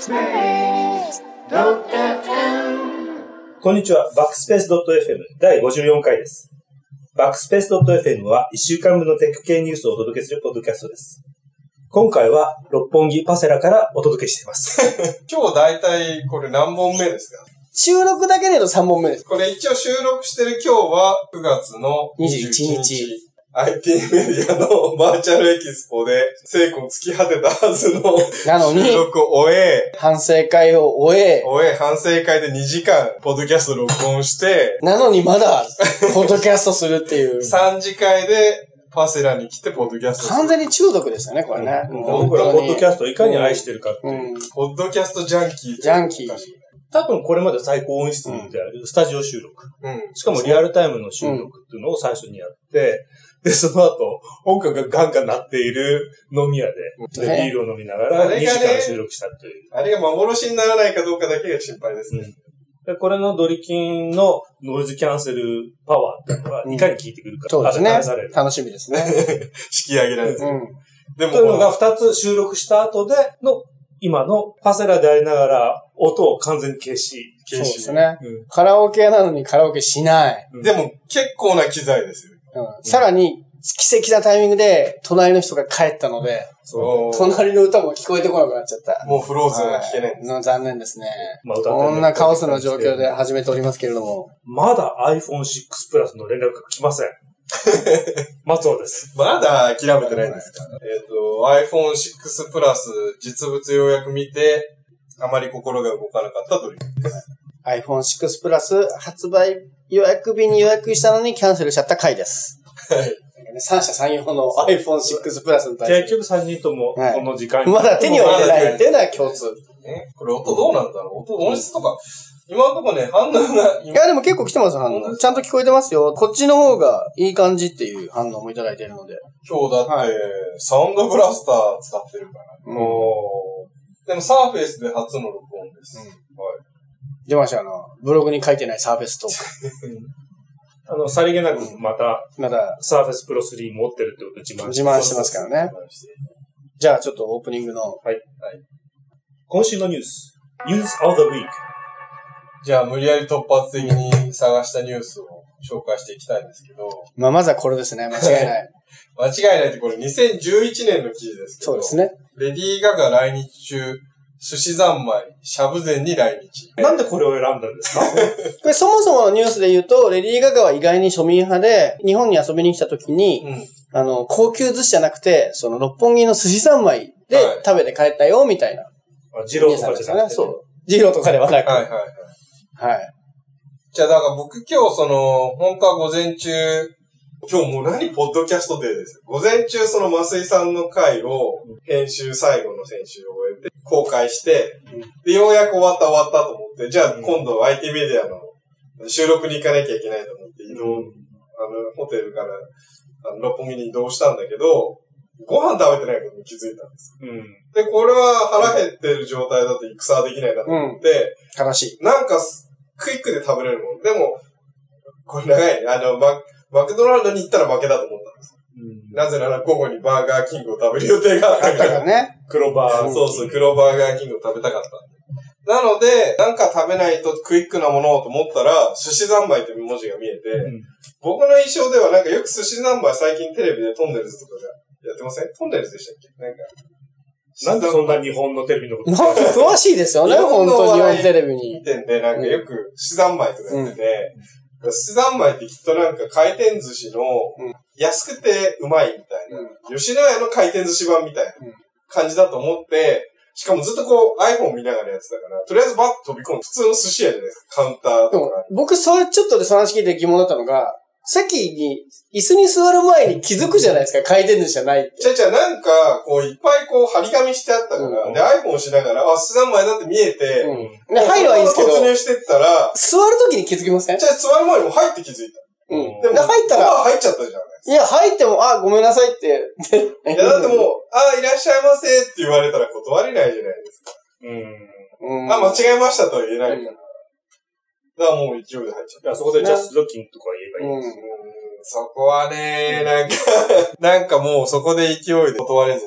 こんにちは。バックスペース .fm 第54回です。バックスペース .fm は1週間分のテック系ニュースをお届けするポッドキャストです。今回は六本木パセラからお届けしています。 今日だいたいこれ何本目ですか？ 収録だけで言うと3本目です。 これ一応収録してる今日は9月の 21日。 IT メディアのバーチャルエキスポで成功尽き果てたはずのなのに収録を終え、 反省会を終え、 反省会で2時間ポッドキャスト録音して、 なのにまだポッドキャストするっていう。 3次会でパセラに来てポッドキャストする。 完全に中毒ですよね、これね。 僕らポッドキャストをいかに愛してるかっていう。 ポッドキャストジャンキー。 ジャンキー。 多分これまで最高音質であるスタジオ収録。しかもリアルタイムの収録っていうのを最初にやって、で、その後、音楽がガンガン鳴っている飲み屋で、ビールを飲みながら2時間収録したという。 あれが幻にならないかどうかだけが心配ですね。 でこれのドリキンのノイズキャンセルパワーっていうのがいかに効いてくるか、 そうですね。楽しみですね。 引き上げられてる。 でもというのが2つ収録した後での今のパセラでありながら音を完全に消し。 そうですね。カラオケ屋なのにカラオケしない。 でも結構な機材ですよ。 さらに奇跡なタイミングで隣の人が帰ったので、隣の歌も聞こえてこなくなっちゃった。 もうフローズンが聞けない。 残念ですね。こんなカオスな状況で始めておりますけれども。 まだ iPhone 6 Plus の連絡が来ません。松尾です。 まだ諦めてないんですか？iPhone 6 Plus 実物ようやく見て、あまり心が動かなかったというです。 iPhone 6 Plus 発売予約日に予約したのにキャンセルしちゃった回です。はい。三者三様の iPhone 6 Plus に対して。 結局3人ともこの時間に。 まだ手には入れないっていうのは共通。 これ音どうなんだろう？音質とか。今のところね、反応が。 いや、でも結構来てますよ、反応。ちゃんと聞こえてますよ。こっちの方がいい感じっていう反応もいただいているので。 今日だって、サウンドブラスター使ってるから。でもサーフェイスで初の録音です。はい。 出ました、ブログに書いてないサーフェイストーク。さりげなくまた、サーフェスプロ3持ってるってことを自慢してますからね。じゃあちょっとオープニングの。はい。 今週のニュース。ニュース of the week。 じゃあ無理やり突発的に探したニュースを紹介していきたいんですけど。 まずはこれですね。間違いない。 間違いないってこれ2011年の記事ですけど。 そうですね。 レディー・ガガ来日中、寿司三昧、しゃぶ膳に来日。 なんでこれを選んだんですか？ これそもそものニュースで言うと、レディー・ガガは意外に庶民派で、日本に遊びに来た時に、高級寿司じゃなくて、その六本木の寿司三昧で食べて帰ったよ、みたいな。 ジローとかじゃなくて、ね。 そう。ジローとかではなく。はい。 じゃあだから僕今日本当は午前中、今日もう何ポッドキャストデーです。午前中その増井さんの回を最後の編集を終えて公開して、で、ようやく終わったと思って、じゃあ今度 IT メディアの収録に行かなきゃいけないと思ってホテルから六本木に移動したんだけど、ご飯食べてないことに気づいたんです。で、これは腹減ってる状態だと戦はできないなと思って、 悲しい。 なんかクイックで食べれるもん。でも、これ長いね。マクドナルドに行ったら負けだと思ったんです。なぜなら午後にバーガーキングを食べる予定があったからね。 黒バー。 そう、黒バーガーキングを食べたかった。なので、なんか食べないとクイックなものをと思ったら、寿司三昧という文字が見えて、僕の印象ではなんかよく寿司三昧最近テレビでトンネルズとかがやってません？トンネルズでしたっけ？ なんでそんな日本のテレビのこと詳しいですよね、本当日本テレビに。 見てんで、なんかよく寿司三昧とかやってて、寿司三昧ってきっとなんか回転寿司の安くてうまいみたいな、吉野家の回転寿司版みたいな感じだと思って、しかもずっとこう iPhone 見ながらやってたから、とりあえずバッと飛び込む普通の寿司屋じゃないですか、カウンターとか。 僕それちょっとでその話聞いて疑問だったのが、席に、椅子に座る前に気づくじゃないですか、回転寿司じゃないって。 なんか、こう、いっぱいこう、張り紙してあったから、で、iPhone しながら、寿司三昧だって見えて、 で、入るはいいんですけど、 突入してったら、 座るときに気づきません？ 座る前にも入って気づいた。 でも、入ったら、 入っちゃったじゃないいや、入っても、ごめんなさいって。 いや、だってもう、いらっしゃいませって言われたら断れないじゃないですか。間違えましたとは言えないから。だからもう勢いで入っちゃった。 そこでジャストロッキングとか言えばいいんです。 そこはね、なんかもうそこで勢いで断れずに。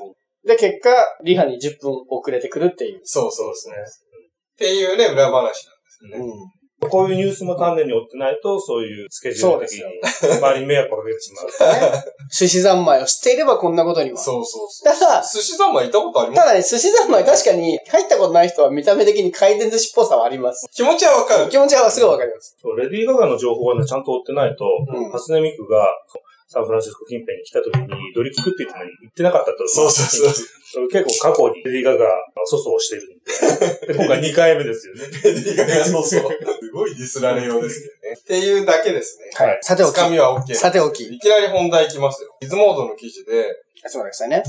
で、結果、リハに10分遅れてくるっていう。 そうですね。っていうね、裏話なんですよね。 こういうニュースも丹念に追ってないと、そういうスケジュール的に周りに迷惑をかけてしまう。 ね、寿司三昧を知っていればこんなことには。 そう。 ただ、 寿司三昧行ったことあります？ ただね、寿司三昧確かに入ったことない人は見た目的に回転寿司っぽさはあります。 気持ちはわかる。 気持ちはすぐわかります。 レディー・ガガの情報はね、ちゃんと追ってないと、初音ミクがサンフランシスコ近辺に来た時にドリキクって言ってのに行ってなかったと。 そう。 結構過去にレディー・ガガ粗相をしてるんで。今回2回目ですよね。 レディー・ガガ粗相。すごいディスられようですよね。っていうだけですね。 はい。さておき。 つかみは OK。 さておき。 いきなり本題いきますよ。イズモードの記事で。 そうですね。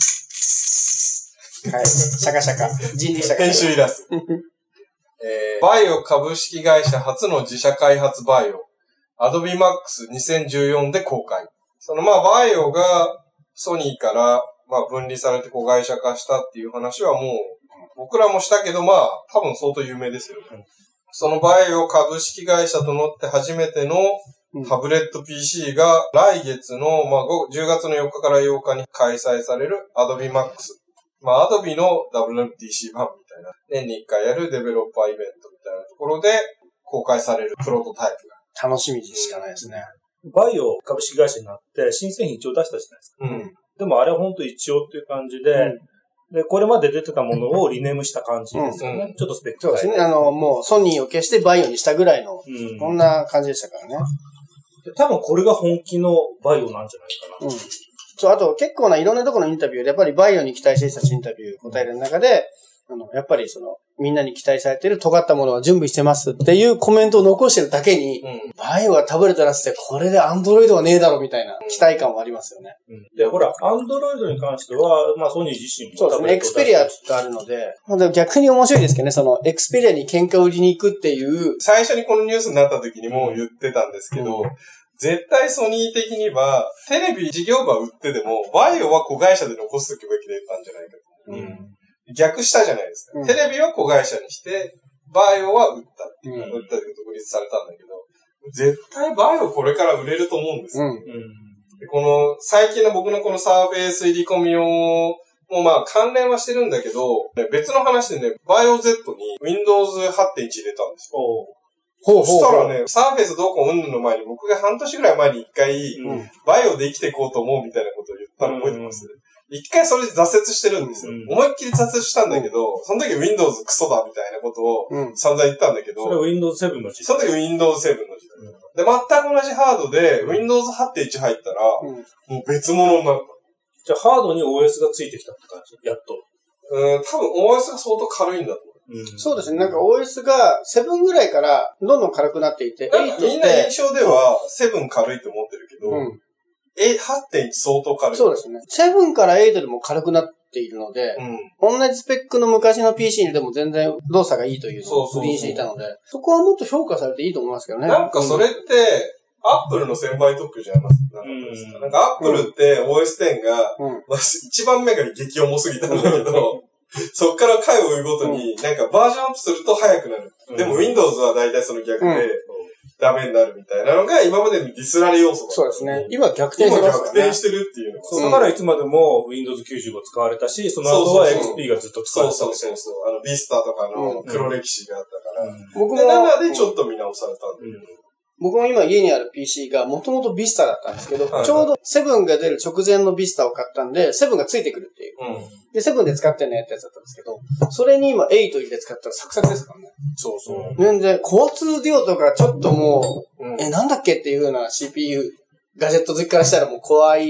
はい。シャカシャカ。人力シャカ。 編集イラスト。バイオ株式会社初の自社開発バイオ。Adobe Max 2014で公開。バイオがソニーから、分離されて子会社化したっていう話はもう、僕らもしたけど、多分相当有名ですよね。そのバイオ株式会社となって初めてのタブレット PC が来月の、10月の4日から8日に開催される Adobe Max。Adobe の WWDC 版みたいな。年に1回やるデベロッパーイベントみたいなところで公開されるプロトタイプが。 楽しみでしかないですね。 バイオ株式会社になって新製品一応出したじゃないですか。でもあれは本当一応っていう感じで、で、これまで出てたものをリネームした感じですよね。ちょっとスペックそうですね。もうソニーを消してバイオにしたぐらいの、こんな感じでしたからね。 多分これが本気のバイオなんじゃないかな。 あと結構ないろんなところのインタビューで、やっぱりバイオに期待してたインタビュー答える中で、やっぱりみんなに期待されている尖ったものは準備してますっていうコメントを残してるだけに、バイオがタブレット出してこれでアンドロイドはねえだろみたいな期待感はありますよね。 で、ほら、アンドロイドに関しては、ソニー自身もそうですね、エクスペリアがあるので、逆に面白いですけどね、エクスペリアに喧嘩を売りに行くっていう。 最初にこのニュースになった時にも言ってたんですけど、絶対ソニー的には、テレビ事業部は売ってでも、バイオは子会社で残すべきだったんじゃないかと。逆したじゃないですか。テレビは子会社にして、バイオは売ったっていう、売ったで独立されたんだけど、絶対バイオこれから売れると思うんですよ。でこの、最近の僕のこのサーフェイス入り込みを、もう関連はしてるんだけど、別の話でね、バイオ Z に Windows 8.1 入れたんですよ。そしたらね、サーフェイスどうこううんぬんの前に僕が半年ぐらい前に一回、バイオで生きていこうと思うみたいなことを言ったの覚えてます？一回それで挫折してるんですよ。思いっきり挫折したんだけど、その時 Windows クソだみたいなことを散々言ったんだけど、 それは Windows 7の時代。 その時 Windows 7の時代。で、全く同じハードで Windows 8.1 入ったら、もう別物になった。 じゃあハードに OS がついてきたって感じ？やっと。 多分 OS が相当軽いんだと思う。 そうですね。OS が7ぐらいからどんどん軽くなっていて、 みんな印象では7軽いと思ってるけど、8.1 相当軽い。 そうですね。7から8でも軽くなっているので、同じスペックの昔の PC でも全然動作がいいというのを不倫していたので、そこはもっと評価されていいと思いますけどね。 なんかそれって、アップルの1000倍特許じゃなかったですか。なんかアップルって OS10 が、一番目が激重すぎたんだけど、そっから回を追うごとに、なんかバージョンアップすると速くなる。でも Windows は大体その逆で、ダメになるみたいなのが今までのディスられ要素だった。 そうですね。今逆転してますからね。 逆転してるっていうのが。 だからいつまでも Windows 95使われたし、その後は XP がずっと使われた。 そう。ビスタとかの黒歴史があったから。 僕も。 7でちょっと見直されたんだけど。 僕も今家にある PC がもともとビスタだったんですけど、ちょうど7が出る直前のビスタを買ったんで、7がついてくるっていう。で、7で使ってねってやつだったんですけど、それに今8入れて使ったらサクサクですからね。 そう。 全然、コア2デュオとかちょっともう、なんだっけっていうような CPU、ガジェット好きからしたらもう Core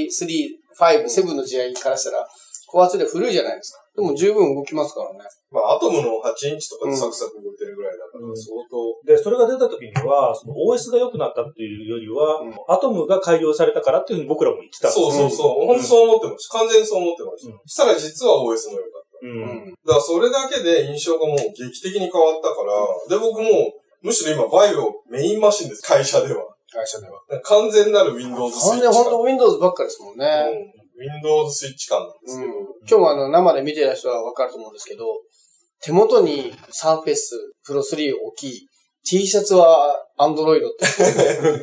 i3、5、7の時代からしたら、Core 2で古いじゃないですか。でも十分動きますからね。 アトムの8インチとかでサクサク動いてるぐらいだから、相当。 で、それが出た時には、その OS が良くなったっていうよりは、アトムが改良されたからっていうふうに僕らも言ってたんですよ。そう。本当そう思ってました。完全にそう思ってました。そしたら実は OS の良かった。だからそれだけで印象がもう劇的に変わったから、で、僕も、むしろ今バイオメインマシンです。会社では。完全なる Windows スイッチ。 完全本当 Windows ばっかですもんね。 Windows スイッチ感なんですけど。 今日も生で見てた人はわかると思うんですけど、手元にサーフェスプロ3を置き、T シャツは Android って。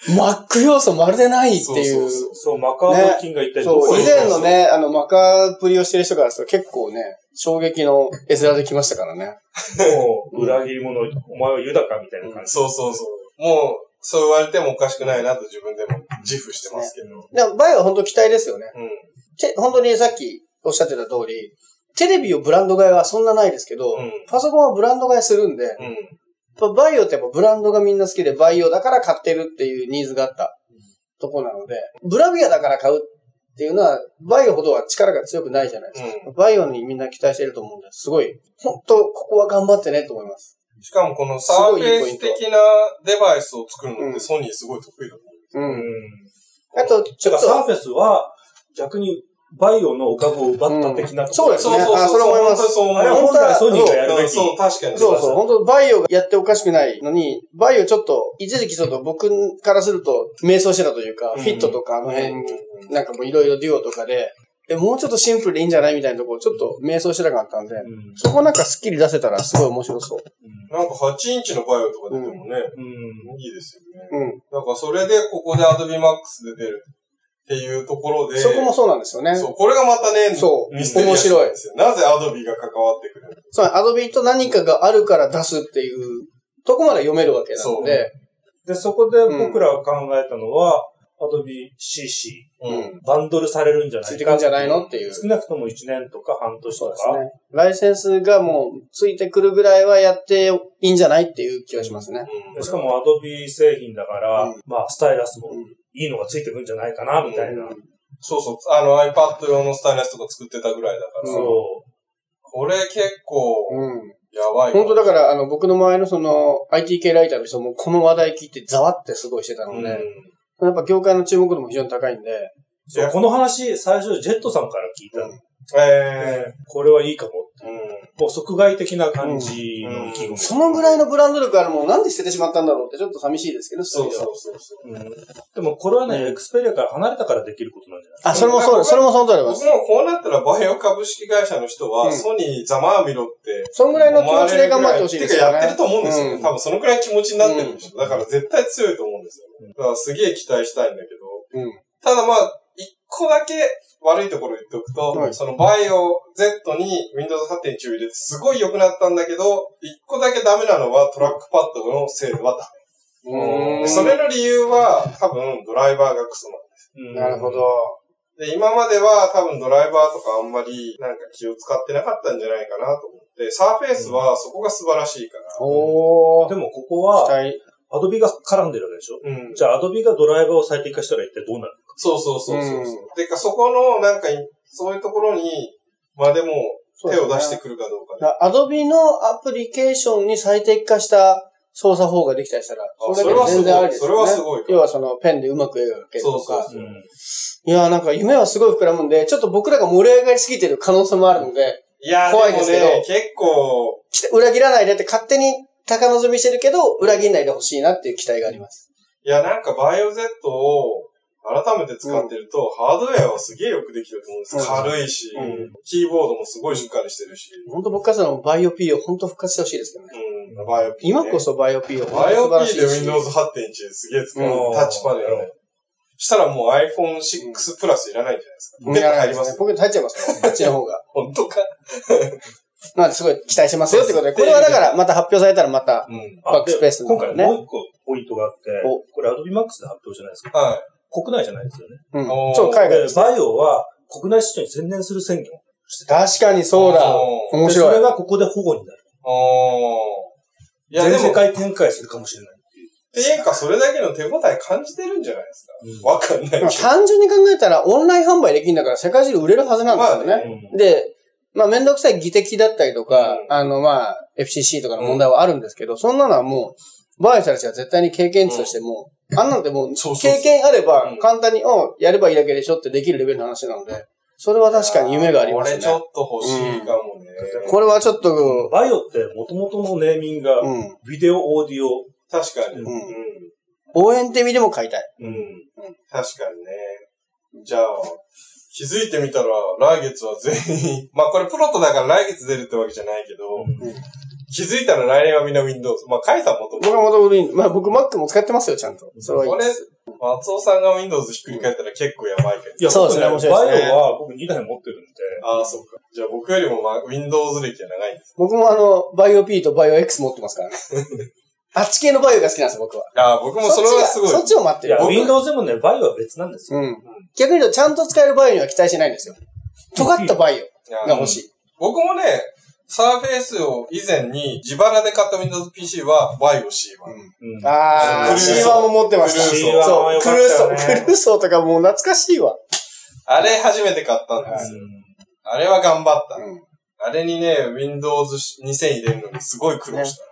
マック要素まるでないっていう。 そう、マカード菌が一体どこそう、以前のね、マカープリをしてる人からすると結構ね、衝撃の絵面で来ましたからね。 もう、裏切り者、お前はユダかみたいな感じ。 そう。もう、そう言われてもおかしくないなと自分でも自負してますけど。 でも、バイオは本当期待ですよね。本当にさっきおっしゃってた通り、テレビをブランド買いはそんなないですけど、パソコンはブランド買いするんで、バイオってやっぱブランドがみんな好きで、バイオだから買ってるっていうニーズがあったとこなので、ブラビアだから買うっていうのは、バイオほどは力が強くないじゃないですか。バイオにみんな期待してると思うんで、すごい、本当ここは頑張ってねと思います。 しかもこのサーフェイス的なデバイスを作るのってソニーすごい得意だと思うんですあと、 ちょっとサーフェスは逆にバイオのお株を奪った的なところですね。それ思います。 あれは本来ソニーがやるべき。 そう、確かに。 そう、本当バイオがやっておかしくないのに、バイオちょっと、一時期ちょっと僕からすると、迷走してたというか、フィットとかあの辺、なんかもういろいろデュオとかで、もうちょっとシンプルでいいんじゃないみたいなところ、ちょっと迷走してなかったんで、そこなんかスッキリ出せたらすごい面白そう。 なんか8インチのバイオとか出てもね、いいですよね。なんかそれでここで Adobe Max で出るっていうところで、 そこもそうなんですよね。 そう、これがまたね、 面白い。 なぜ Adobe が関わってくるのか。 そう、Adobe と何かがあるから出すっていうとこまで読めるわけなので、 で、そこで僕らが考えたのは、Adobe CC、バンドルされるんじゃないか。 ついてくるんじゃないのっていう。 少なくとも1年とか半年とか。 そうですね。ライセンスがもうついてくるぐらいはやっていいんじゃないっていう気がしますね。 しかも Adobe 製品だから、まあ、スタイラスもいいのがついてくるんじゃないかな、みたいな。 そう。iPad 用のスタイラスとか作ってたぐらいだから。 そう。これ結構、やばい。 本当だから、僕の周りのその、IT 系ライターの人もこの話題聞いてざわってすごいしてたので、やっぱ業界の注目度も非常に高いんで。 そう、この話、最初、ジェットさんから聞いたの。これはいいかも。もう即外的な感じの意気込み。 そのぐらいのブランド力あるものなんで捨ててしまったんだろうってちょっと寂しいですけど、 そう。 でもこれはね、エクスペリアから離れたからできることなんじゃないですか。 それもそうです。それもその通りです。 僕もこうなったらバイオ株式会社の人は、ソニーざまあみろって。 そのぐらいの気持ちで頑張ってほしいですよね。 てかやってると思うんですよね。多分そのくらい気持ちになってるんでしょ。だから絶対強いと思うんですよ。だからすげえ期待したいんだけど。ただまあ、一個だけ悪いところ言っておくと、そのバイオ Z に Windows 8.1を入れてすごい良くなったんだけど、一個だけダメなのはトラックパッドの精度はダメ。それの理由は多分ドライバーがクソなんです。 なるほど。 で、今までは多分ドライバーとかあんまりなんか気を使ってなかったんじゃないかなと思って、サーフェイスはそこが素晴らしいから。 でもここは、アドビが絡んでるわけでしょ。じゃあアドビがドライバーを最適化したら一体どうなるのか。 そう。てかそこのなんか、そういうところに、まあでも手を出してくるかどうか、ね。 アドビのアプリケーションに最適化した操作法ができたりしたら、それだけ全然ありですよね。 それはすごい。 要はそのペンでうまく描けるとか。いや、なんか夢はすごい膨らむんで、ちょっと僕らが盛り上がりすぎてる可能性もあるので、怖いですけど、 結構、 裏切らないでって勝手に高望みしてるけど、裏切んないでほしいなっていう期待があります。 いや、なんかバイオ Z を改めて使ってると、ハードウェアはすげえよくできると思うんです。軽いし、キーボードもすごいしっかりしてるし。 本当僕からのバイオ P を本当復活してほしいですけどね。 バイオ P、 今こそバイオ P を。 バイオ P で Windows 8.1ですげえ使う。タッチパネルね。したらもう iPhone6 プラスいらないんじゃないですか。ポケット入ります。 ポケット入っちゃいますよ。あっちの方が。 本当か。 なんですごい期待してますよってことで、これはだからまた発表されたらまた、バックスペースの今回もう一個ポイントがあって、これ Adobe Max で発表じゃないですか。 はい。 国内じゃないですよね。 そう、海外です。 バイオは国内市場に専念する宣言をしてた。確かにそうだ。面白い。 それがここで保護になる。いや、全世界展開するかもしれない。 っていうか、それだけの手応え感じてるんじゃないですか。わかんないけど。 単純に考えたらオンライン販売できるんだから世界中で売れるはずなんですよね。で、めんどくさい技的だったりとか、FCC とかの問題はあるんですけど、そんなのはもう、バイオたちは絶対に経験値としても、あんなんてもう、経験あれば、簡単に、やればいいだけでしょってできるレベルの話なので、それは確かに夢がありますね。 これちょっと欲しいかもね。 これはちょっと、 バイオって元々のネーミングが、ビデオ、オーディオ。 確かに。 応援って意味でも買いたい。 確かにね。じゃあ、気づいてみたら、来月は全員、これプロトだから来月出るってわけじゃないけど、 気づいたら来年はみんな Windows。まあ、カイさんもともと。 僕は元々 Windows。まあ僕 Mac も使ってますよ、ちゃんと。それはいいです。 松尾さんが Windows ひっくり返ったら結構やばいけど。 いや、 そうですね、面白いですね。 バイオは僕2台持ってるんで。 ああ、そうか。じゃあ僕よりもWindows 歴は長いんです。 僕もバイオ P とバイオ X 持ってますからね。あっち系のバイオが好きなんですよ、僕は。 ああ、僕もそれはすごい。 そっちを待ってる。 いや、Windows でもね、バイオは別なんですよ。 逆に言うと、ちゃんと使えるバイオには期待してないんですよ。尖ったバイオが欲しい。 僕もね、サーフェイスを以前に自腹で買った Windows PC はバイオ C1。 ああ、C1 も持ってました。そう、クルーソーとかもう懐かしいわ。 あれ初めて買ったんですよ。あれは頑張った。あれにね、Windows 2000入れるのにすごい苦労した。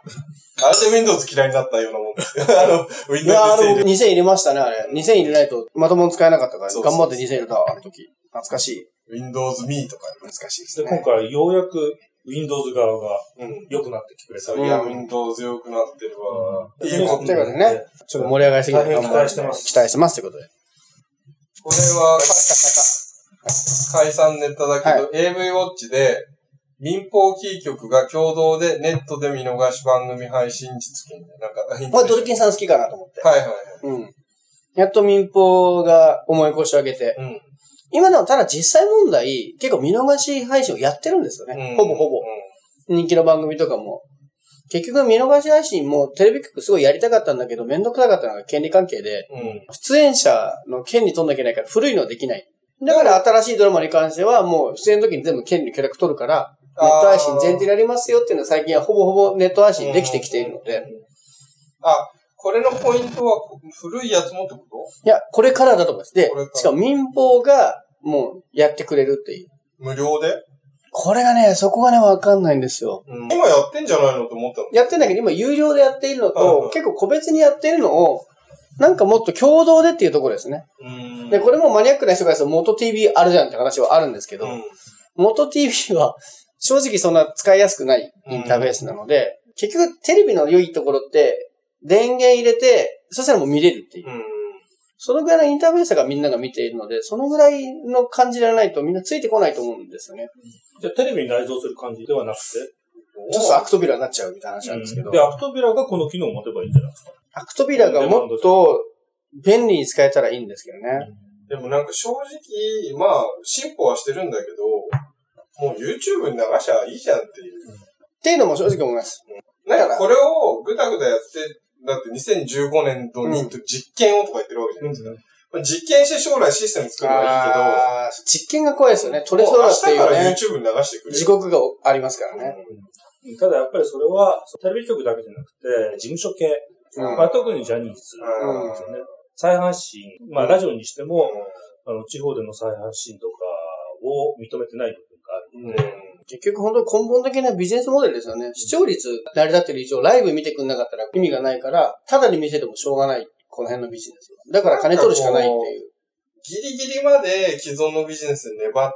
あれで Windows 嫌いになったようなもんですよ。 Windows 2000入れましたね、あれ。2000入れないとまともに使えなかったから、頑張って2000入れたわ、あの時。懐かしい。 Windows Me とか懐かしいですね。 で、今回ようやくWindows 側が良くなってきてくれた。 いや、Windows 良くなってるわ。 いいことということでね、ちょっと盛り上がりすぎて期待してます。 期待してますということで。 これは、解散ネタだけど、AV ウォッチで、民放キー局が共同でネットで見逃し番組配信実現で、なんか、 まあ、ドルキンさん好きかなと思って。 はいはいはい。 やっと民放が思い越しを上げて。今でもただ実際問題、結構見逃し配信をやってるんですよね。ほぼほぼ。人気の番組とかも。結局見逃し配信もテレビ局すごいやりたかったんだけど、めんどくさかったのが権利関係で、出演者の権利取んなきゃいけないから古いのはできない。だから新しいドラマに関してはもう出演の時に全部権利許諾取るから、ネット配信前提でやりますよっていうのは最近はほぼほぼネット配信できてきているので。 これのポイントは古いやつもってこと？ いや、これからだと思います。で、しかも民放がもうやってくれるっていう。 無料で？ これがね、そこがね、わかんないんですよ。 今やってんじゃないのと思ったの？ やってんだけど、今有料でやっているのと、結構個別にやっているのを、なんかもっと共同でっていうところですね。で、これもマニアックな人からすると元 TV あるじゃんって話はあるんですけど、元 TV は正直そんな使いやすくないインターフェースなので、結局テレビの良いところって、電源入れて、そしたらもう見れるっていう。そのぐらいのインターフェースがみんなが見ているので、そのぐらいの感じじゃないとみんなついてこないと思うんですよね。 じゃあテレビに内蔵する感じではなくて、 ちょっとアクトビラになっちゃうみたいな話なんですけど。 で、アクトビラがこの機能を持てばいいんじゃないですか。 アクトビラがもっと便利に使えたらいいんですけどね。 でもなんか正直、まあ、進歩はしてるんだけど、もう YouTube に流しゃいいじゃんっていう。 っていうのも正直思います。 なんかこれをぐだぐだやって、だって2015年度に実験をとか言ってるわけじゃないですか。実験して将来システム作るのはいいけど、 実験が怖いですよね。取れそうだっていうね。 明日から YouTube に流してくれる。 地獄がありますからね。 ただやっぱりそれは、テレビ局だけじゃなくて、事務所系。特にジャニーズですよね。再発信、ラジオにしても、地方での再発信とかを認めてない部分があるので、 結局本当に根本的なビジネスモデルですよね。視聴率成り立ってる以上、ライブ見てくんなかったら意味がないから、ただに見せてもしょうがない。この辺のビジネスは。だから金取るしかないっていう。 ギリギリまで既存のビジネスで粘って、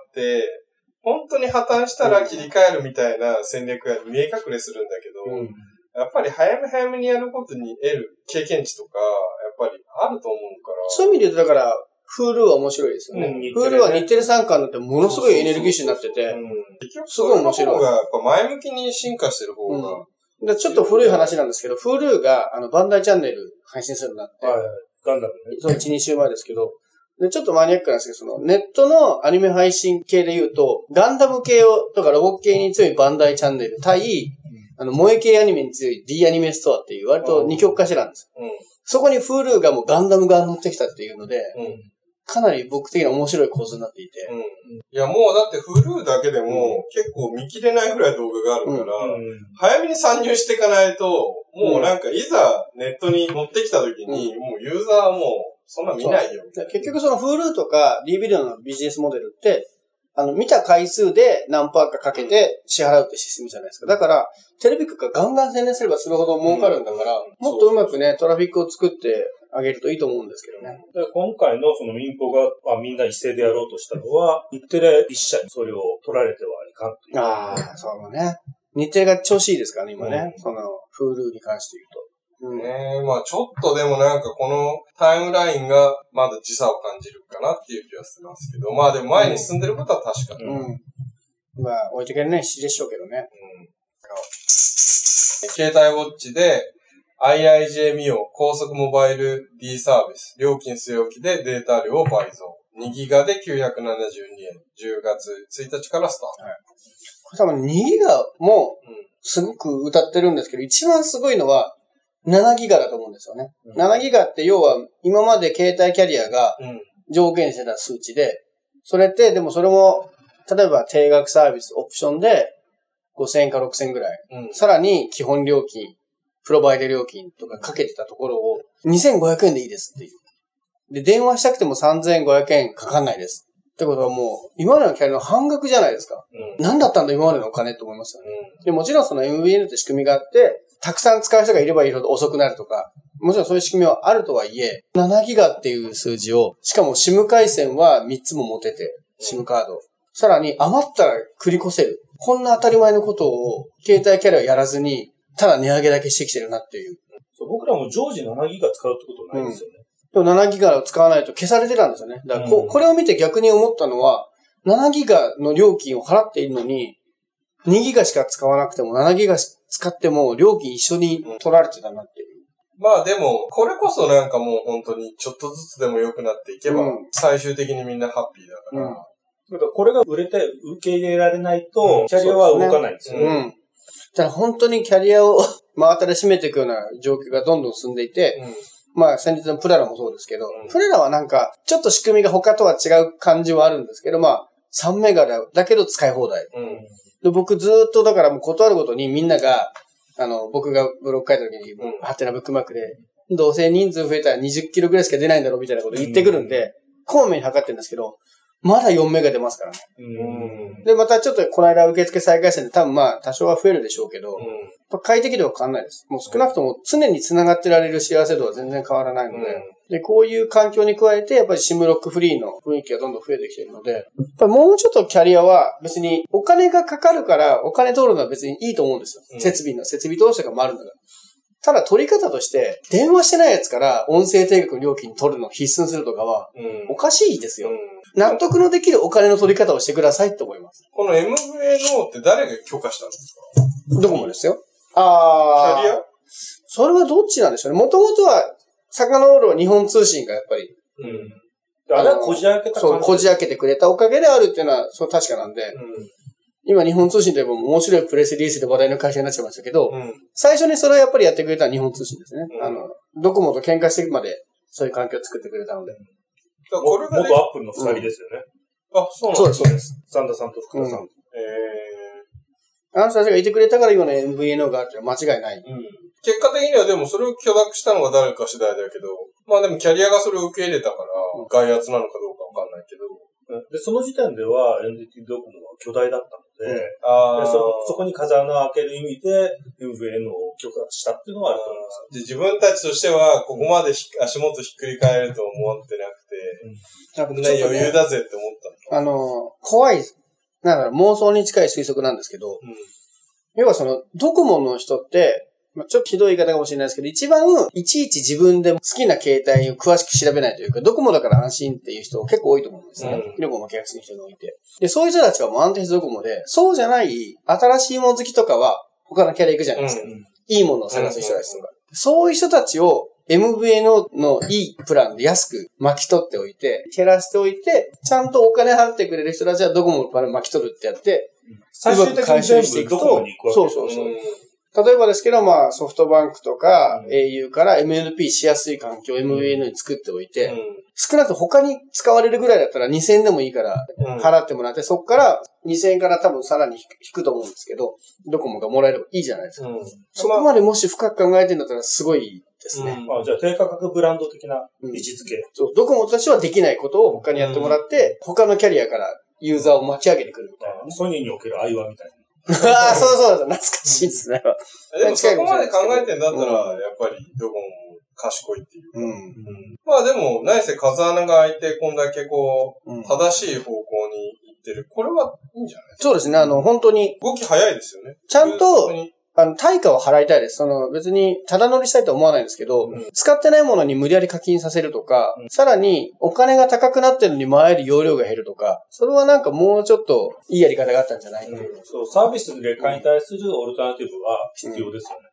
本当に破綻したら切り替えるみたいな戦略が見え隠れするんだけど、やっぱり早めにやることに得る経験値とか、やっぱりあると思うから。 そういう意味で言うと、だから、Hulu は面白いですよね。Hulu は日テレ参加になってものすごいエネルギッシュになってて、 すごい面白い。がやっぱ前向きに進化してる方が。 ちょっと古い話なんですけど、Hulu がバンダイチャンネル配信するようになって、 ガンダムね。 そう、1、2週前ですけど、で、ちょっとマニアックなんですけど、ネットのアニメ配信系で言うと、ガンダム系とかロボ系に強いバンダイチャンネル対、萌え系アニメに強い D アニメストアっていう割と二極化してなんです。そこに Hulu がもうガンダムが乗ってきたっていうので、かなり僕的に面白い構図になっていて。 いや、もうだって Hulu だけでも結構見切れないぐらい動画があるから、早めに参入していかないと、もうなんかいざネットに乗ってきた時に、もうユーザーはもうそんな見ないよ。 結局その Hulu とか D ビデオのビジネスモデルって、見た回数で何パーかかけて支払うってシステムじゃないですか。だから、テレビ局がガンガン宣伝すればするほど儲かるんだから、もっとうまくね、トラフィックを作ってあげるといいと思うんですけどね。 で今回のその民放が、みんな一斉でやろうとしたのは、日テレ一社にそれを取られてはいかんという。 ああ、そうね。日テレが調子いいですからね、今ね。その、Hulu に関して言うと。 まあちょっとでもなんかこのタイムラインがまだ時差を感じるかなっていう気はしますけど、まあでも前に進んでることは確かに。 まあ置いてけるね、しでしょうけどね。 携帯ウォッチで IIJ ミオ高速モバイル D サービス、料金据え置きでデータ量を倍増。2ギガで972円。10月1日からスタート。 はい、これ多分2ギガもすごく歌ってるんですけど、一番すごいのは7ギガだと思うんですよね。7ギガって要は今まで携帯キャリアが条件してた数値で、それってでもそれも例えば定額サービスオプションで5000円か6000円ぐらい、さらに基本料金、プロバイデ料金とかかけてたところを2500円でいいですっていう。で、電話したくても3500円かかんないです。ってことはもう、今までのキャリアの半額じゃないですか。何だったんだ今までのお金って思いますよね。で、もちろんその MVN って仕組みがあって、たくさん使う人がいればいるほど遅くなるとか、もちろんそういう仕組みはあるとはいえ、7ギガっていう数字を、しかも SIM 回線は3つも持てて、SIM カード。さらに余ったら繰り越せる。こんな当たり前のことを、携帯キャリアをやらずに、ただ値上げだけしてきてるなっていう。 そう僕らも常時7ギガ使うってことないですよね。 でも7ギガを使わないと消されてたんですよね。だからこれを見て逆に思ったのは、7ギガの料金を払っているのに、2ギガしか使わなくても7ギガ使っても料金一緒に取られてたなっていう。 まあでも、これこそなんかもう本当にちょっとずつでも良くなっていけば、最終的にみんなハッピーだから。 だからこれが売れて受け入れられないと、キャリアは動かないんですよね。 だから本当にキャリアを真新で占めていくような状況がどんどん進んでいて、まあ先日のプララもそうですけど、プララはなんかちょっと仕組みが他とは違う感じはあるんですけど、まあ3メガだけど使い放題。で僕ずーっとだからもう断るごとにみんなが、僕がブログ書いた時に、ハテナブックマークで、どうせ人数増えたら20キロぐらいしか出ないんだろうみたいなこと言ってくるんで、こまめに測ってるんですけど、まだ4メガ出ますからね。で、またちょっとこの間受付再開戦で多分まあ多少は増えるでしょうけど、快適度は変わらないです。もう少なくとも常に繋がってられる幸せ度は全然変わらないので、で、こういう環境に加えて、やっぱりシムロックフリーの雰囲気がどんどん増えてきているので、やっぱりもうちょっとキャリアは別にお金がかかるからお金取るのは別にいいと思うんですよ。設備投資とかもあるんだから。ただ取り方として、電話してないやつから音声定額料金取るのを必須にするとかは、おかしいですよ。納得のできるお金の取り方をしてくださいって思います。 この MVNO って誰が許可したんですか？ どこもですよ。 キャリア？ それはどっちなんでしょうね。もともとは、遡るは日本通信がやっぱり。 あれはこじ開けた感じ。 そう、こじ開けてくれたおかげであるっていうのは、そう確かなんで。今日本通信といえば面白いプレスリリースで話題の会社になっちゃいましたけど、最初にそれをやっぱりやってくれたのは日本通信ですね。ドコモと喧嘩してまで、そういう環境を作ってくれたので。 これが元アップルの二人ですよね。 あ、そうなんです。 そうです。 サンダさんと福田さん。 あの人たちがいてくれたから今の MVNO があって間違いない。 結果的にはでもそれを許諾したのが誰か次第だけど、まあでもキャリアがそれを受け入れたから、外圧なのかどうかわかんないけど。 で、その時点では NTT ドコモは巨大だったので、そこに風穴を開ける意味で MVNO を許可したっていうのはあると思います。 で、自分たちとしては、ここまで足元ひっくり返ると思ってなくて、余裕だぜって思ったの。 怖い、なんだろう、妄想に近い推測なんですけど、要はその、ドコモの人って、ちょっとひどい言い方かもしれないですけど、一番いちいち自分で好きな携帯を詳しく調べないというか、ドコモだから安心っていう人結構多いと思うんですね。ドコモ契約する人がいて。で、そういう人たちはもう安定してドコモで、そうじゃない新しいもの好きとかは他のキャリア行くじゃないですか。いいものを探す人たちとか。そういう人たちを MVNO のいいプランで安く巻き取っておいて、減らしておいて、ちゃんとお金払ってくれる人たちはドコモのプラン巻き取るってやって、 最終的に全部ドコモに行くわけですよね。 例えばですけど、まあ、ソフトバンクとか au から MNP しやすい環境を MVNO に作っておいて、少なくとも他に使われるぐらいだったら2000円でもいいから払ってもらって、そこから2000円から多分さらに引くと思うんですけど、ドコモがもらえればいいじゃないですか。そこまでもし深く考えてるんだったらすごいですね。 じゃあ低価格ブランド的な位置づけ。 そう、ドコモとしてはできないことを他にやってもらって、他のキャリアからユーザーを巻き上げてくるみたいな。 ソニーにおけるアイワみたいな。 ああ、そう懐かしいですね。 でもそこまで考えてんだったら、やっぱりドコモ賢いっていうか。まあでも、何せ風穴が開いて、こんだけこう、正しい方向に行ってる。これはいいんじゃないですか？ そうですね、本当に。 動き早いですよね。 ちゃんと、対価を払いたいです。別に、ただ乗りしたいとは思わないんですけど、使ってないものに無理やり課金させるとか、さらに、お金が高くなってるのに回る容量が減るとか、それはなんかもうちょっといいやり方があったんじゃないか、 そう、サービスの劣化に対するオルタナティブは必要ですよね。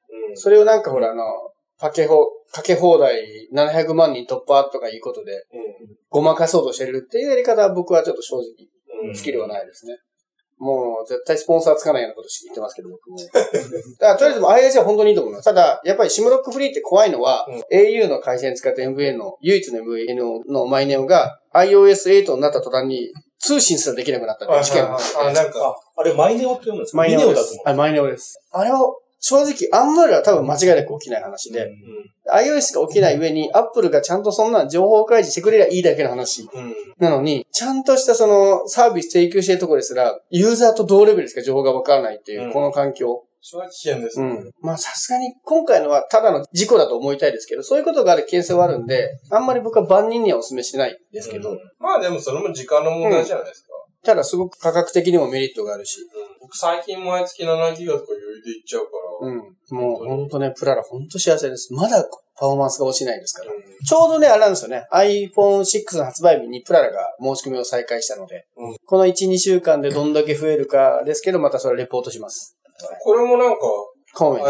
それをなんかほらかけ放題700万人突破とかいうことで、ごまかそうとしてるっていうやり方は僕はちょっと正直、好きではないですね。もう絶対スポンサーつかないようなこと言ってますけど、僕も。だからとりあえずIIJ は本当にいいと思います。ただ、やっぱりシムロックフリーって怖いのは、au の回線使った MVN の唯一の MVN のマイネオが iOS8 になった途端に通信すらできなくなったって事件があれマイネオって読むんですか？ マイネオだと思う。 マイネオです。あれは正直あんまりは多分間違いなく起きない話で、iOS が起きない上に Apple がちゃんとそんな情報開示してくれりゃいいだけの話。なのに、ちゃんとしたそのサービス提供してるところですら、ユーザーと同レベルしか情報がわからないっていう、この環境。 それは危険ですね。 まあさすがに今回のはただの事故だと思いたいですけど、そういうことがある危険性はあるんで、あんまり僕は万人にはお勧めしないですけど。 まあでもそれも時間の問題じゃないですか。 ただすごく価格的にもメリットがあるし。 僕最近毎月7ギガとか余裕でいっちゃうから。 もうほんとね、プララほんと幸せです。まだパフォーマンスが落ちないですから。ちょうどね、あれなんですよね。iPhone6 の発売日にプララが申し込みを再開したので、この1、2週間でどんだけ増えるかですけど、またそれレポートします。 これもなんか、IIJ も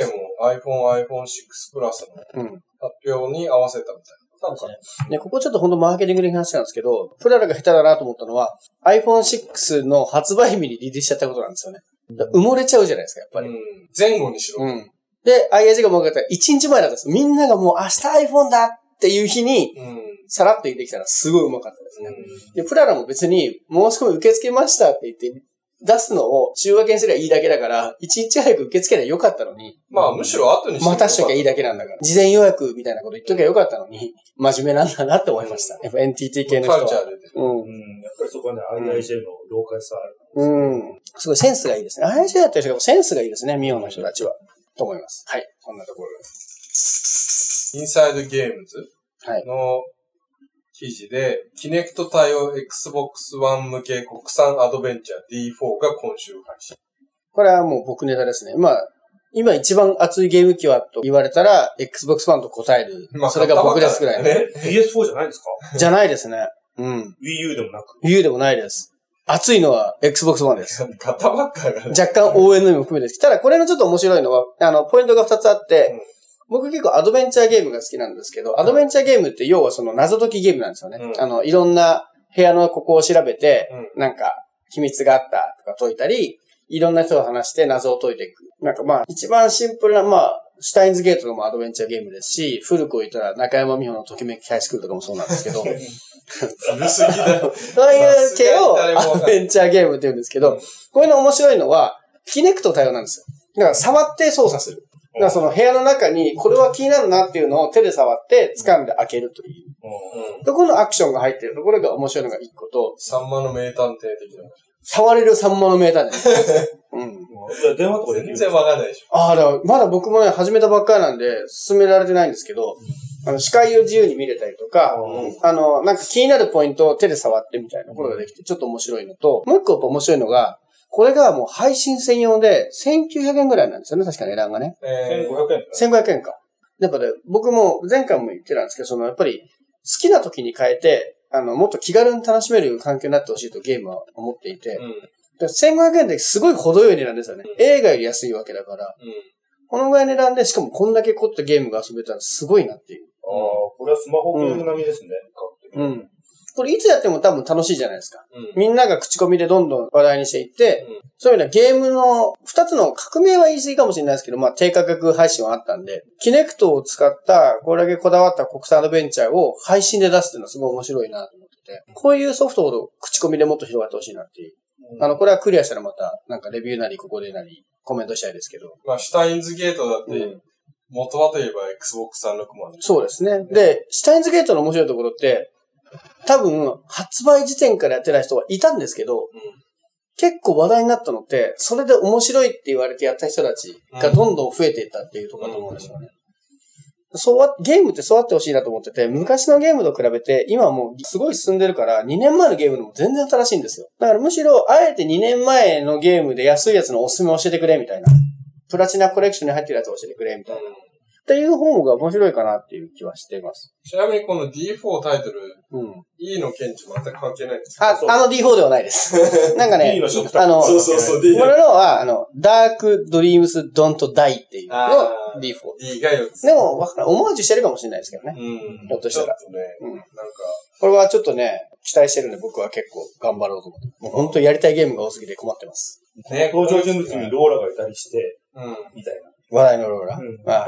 iPhone6 プラスの発表に合わせたみたいな。 ね、ここちょっとほんとマーケティング的な話なんですけど、プララが下手だなと思ったのは、iPhone6 の発売日にリリースしちゃったことなんですよね。埋もれちゃうじゃないですか、やっぱり。 前後にしろ。 で、IIJ がもう1日前だったんです。みんながもう明日 iPhone だっていう日に、さらっと言ってきたらすごいうまかったですね。で、プララも別に申し込み受け付けましたって言って出すのを週明けにすればいいだけだから、1日早く受け付ければよかったのに。 まあむしろ後に待たしときゃいいだけなんだから。事前予約みたいなこと言っときゃよかったのに、真面目なんだなって思いました。やっぱ NTT 系の人は。 カルチャーで。 やっぱりそこはね、IIJ の老快さある。 すごいセンスがいいですね。IIJ だったりしてもセンスがいいですね、ミオの人たちは。と思います。はい。こんなところです。 インサイドゲームズの記事で、キネクト対応 Xbox One 向け国産アドベンチャー D4 が今週配信。 これはもう僕ネタですね。まあ、今一番熱いゲーム機はと言われたら、Xbox One と答える。それが僕ですくらいね。 PS4 じゃないですか？ じゃないですね。 Wii U でもなく。 Wii U でもないです。熱いのは Xbox One です。 型ばっかが、 若干応援の意味も含めて。ただこれのちょっと面白いのは、ポイントが2つあって、僕結構アドベンチャーゲームが好きなんですけど、アドベンチャーゲームって要はその謎解きゲームなんですよね。いろんな部屋のここを調べて、なんか秘密があったとか解いたり、いろんな人と話して謎を解いていく。なんかまあ、一番シンプルな、まあ、シュタインズゲートもアドベンチャーゲームですし、古くを言ったら中山美穂のときめきハイスクールとかもそうなんですけど、 古すぎだよ。 そういう系をアドベンチャーゲームって言うんですけど、こういうの面白いのは、キネクト対応なんですよ。だから触って操作する。だからその部屋の中にこれは気になるなっていうのを手で触って掴んで開けるという。ところのアクションが入っているところが面白いのが一個と、 サンマの名探偵的な。 触れるサンマのメーターです。 電話とかできる？ 全然わかんないでしょ。 だからまだ僕もね、始めたばっかりなんで、進められてないんですけど、視界を自由に見れたりとか、なんか気になるポイントを手で触ってみたいなことができて、ちょっと面白いのと、もう一個面白いのが、これがもう配信専用で1900円ぐらいなんですよね、確か値段がね。 1500円。 1500円か。やっぱね、僕も前回も言ってたんですけど、やっぱり好きな時に変えて、もっと気軽に楽しめる環境になってほしいとゲームは思っていて、1500円ってすごい程よい値段ですよね。映画より安いわけだから、このぐらい値段でしかもこんだけ凝ったゲームが遊べたらすごいなっていう。 これはスマホゲーム並みですね。 これいつやっても多分楽しいじゃないですか。みんなが口コミでどんどん話題にしていって、そういうようなゲームの2つの革命は言い過ぎかもしれないですけど、まあ低価格配信はあったんで、キネクトを使ったこれだけこだわった国産アドベンチャーを配信で出すっていうのはすごい面白いなと思ってて、こういうソフトを口コミでもっと広がってほしいなっていう。これはクリアしたらまたなんかレビューなりここでなりコメントしたいですけど。 まあシュタインズゲートだって、元はといえば Xbox 360。 そうですね。で、シュタインズゲートの面白いところって、多分、発売時点からやってない人はいたんですけど、結構話題になったのって、それで面白いって言われてやった人たちがどんどん増えていったっていうところだと思うんですよね。ゲームってそうあってほしいなと思ってて、昔のゲームと比べて、今はもうすごい進んでるから、2年前のゲームでも全然新しいんですよ。だからむしろ、あえて2年前のゲームで安いやつのおすすめ教えてくれみたいな。プラチナコレクションに入ってるやつ教えてくれみたいな。 っていう方が面白いかなっていう気はしています。 ちなみにこの D4 タイトル、E の検知全く関係ないんですか？あの D4 ではないです。なんかね、 D のそう、 D の。これのは、ダークドリームスドントダイっていうの D4。 D が4つ。 でも、オマージュしてるかもしれないですけどね。ひょっとしたら。 ちょっとね、なんか。 これはちょっとね、期待してるんで僕は結構頑張ろうと思って。もう本当にやりたいゲームが多すぎて困ってます。 ね、登場人物にローラがいたりして、みたいな。 話題のローラ。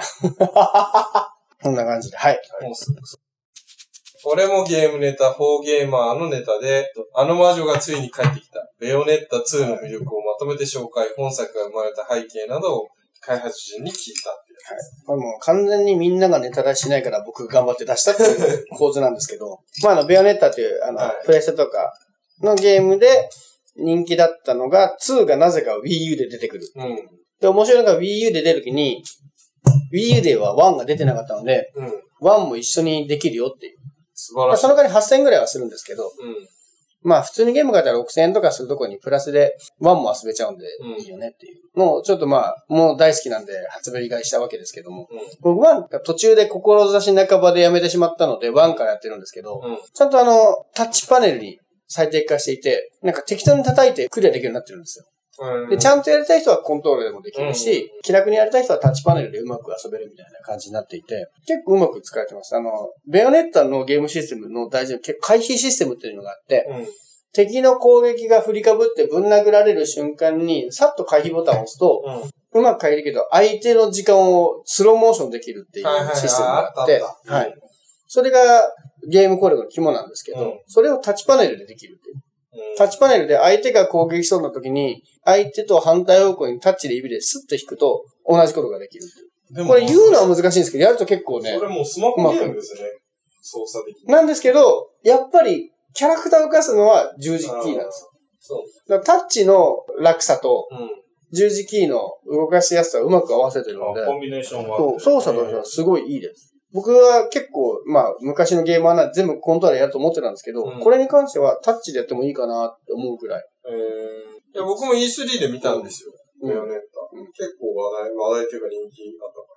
そんな感じで。はい。 これもゲームネタ、フォーゲーマーのネタで、あの魔女がついに帰ってきた。ベヨネッタ2の魅力をまとめて紹介、本作が生まれた背景などを開発陣に聞いたっていう。 はい。これもう完全にみんながネタ出ししないから僕頑張って出したっていう構図なんですけど、ベヨネッタっていう、プレステとかのゲームで人気だったのが、2がなぜか Wii U で出てくる。で、面白いのが Wii U で出るときに、Wii U では1が出てなかったので、1も一緒にできるよっていう。 素晴らしい。 その代わり8000円ぐらいはするんですけど、普通にゲーム買ったら6000円とかするとこにプラスで1も遊べちゃうんでいいよねっていう。もうちょっともう大好きなんで初売り買いしたわけですけども、僕1が途中で志半ばでやめてしまったので1からやってるんですけど、ちゃんとタッチパネルに最適化していて、なんか適当に叩いてクリアできるようになってるんですよ。で、ちゃんとやりたい人はコントロールでもできるし、気楽にやりたい人はタッチパネルでうまく遊べるみたいな感じになっていて、結構うまく使えてます。ベヨネッタのゲームシステムの大事な回避システムっていうのがあって、敵の攻撃が振りかぶってぶん殴られる瞬間に、さっと回避ボタンを押すと、うまく回避できるけど、相手の時間をスローモーションできるっていうシステムがあって、はい。それがゲーム攻略の肝なんですけど、それをタッチパネルでできるっていう。タッチパネルで相手が攻撃しそうな時に、相手と反対方向にタッチで指でスッと引くと、同じことができるっていう。これ言うのは難しいんですけど、やると結構ね。 それもうスマホゲームですね。操作できる。 なんですけど、やっぱり、キャラクターを動かすのは十字キーなんですよ。だからタッチの楽さと、十字キーの動かしやすさをうまく合わせてるので、 コンビネーションは。 操作としてはすごいいいです。僕は結構、昔のゲーマーなんで全部コントローラーやると思ってたんですけど、これに関してはタッチでやってもいいかなって思うくらい。 いや、僕も E3 で見たんですよ。ベヨネッタ。結構話題というか人気あったから。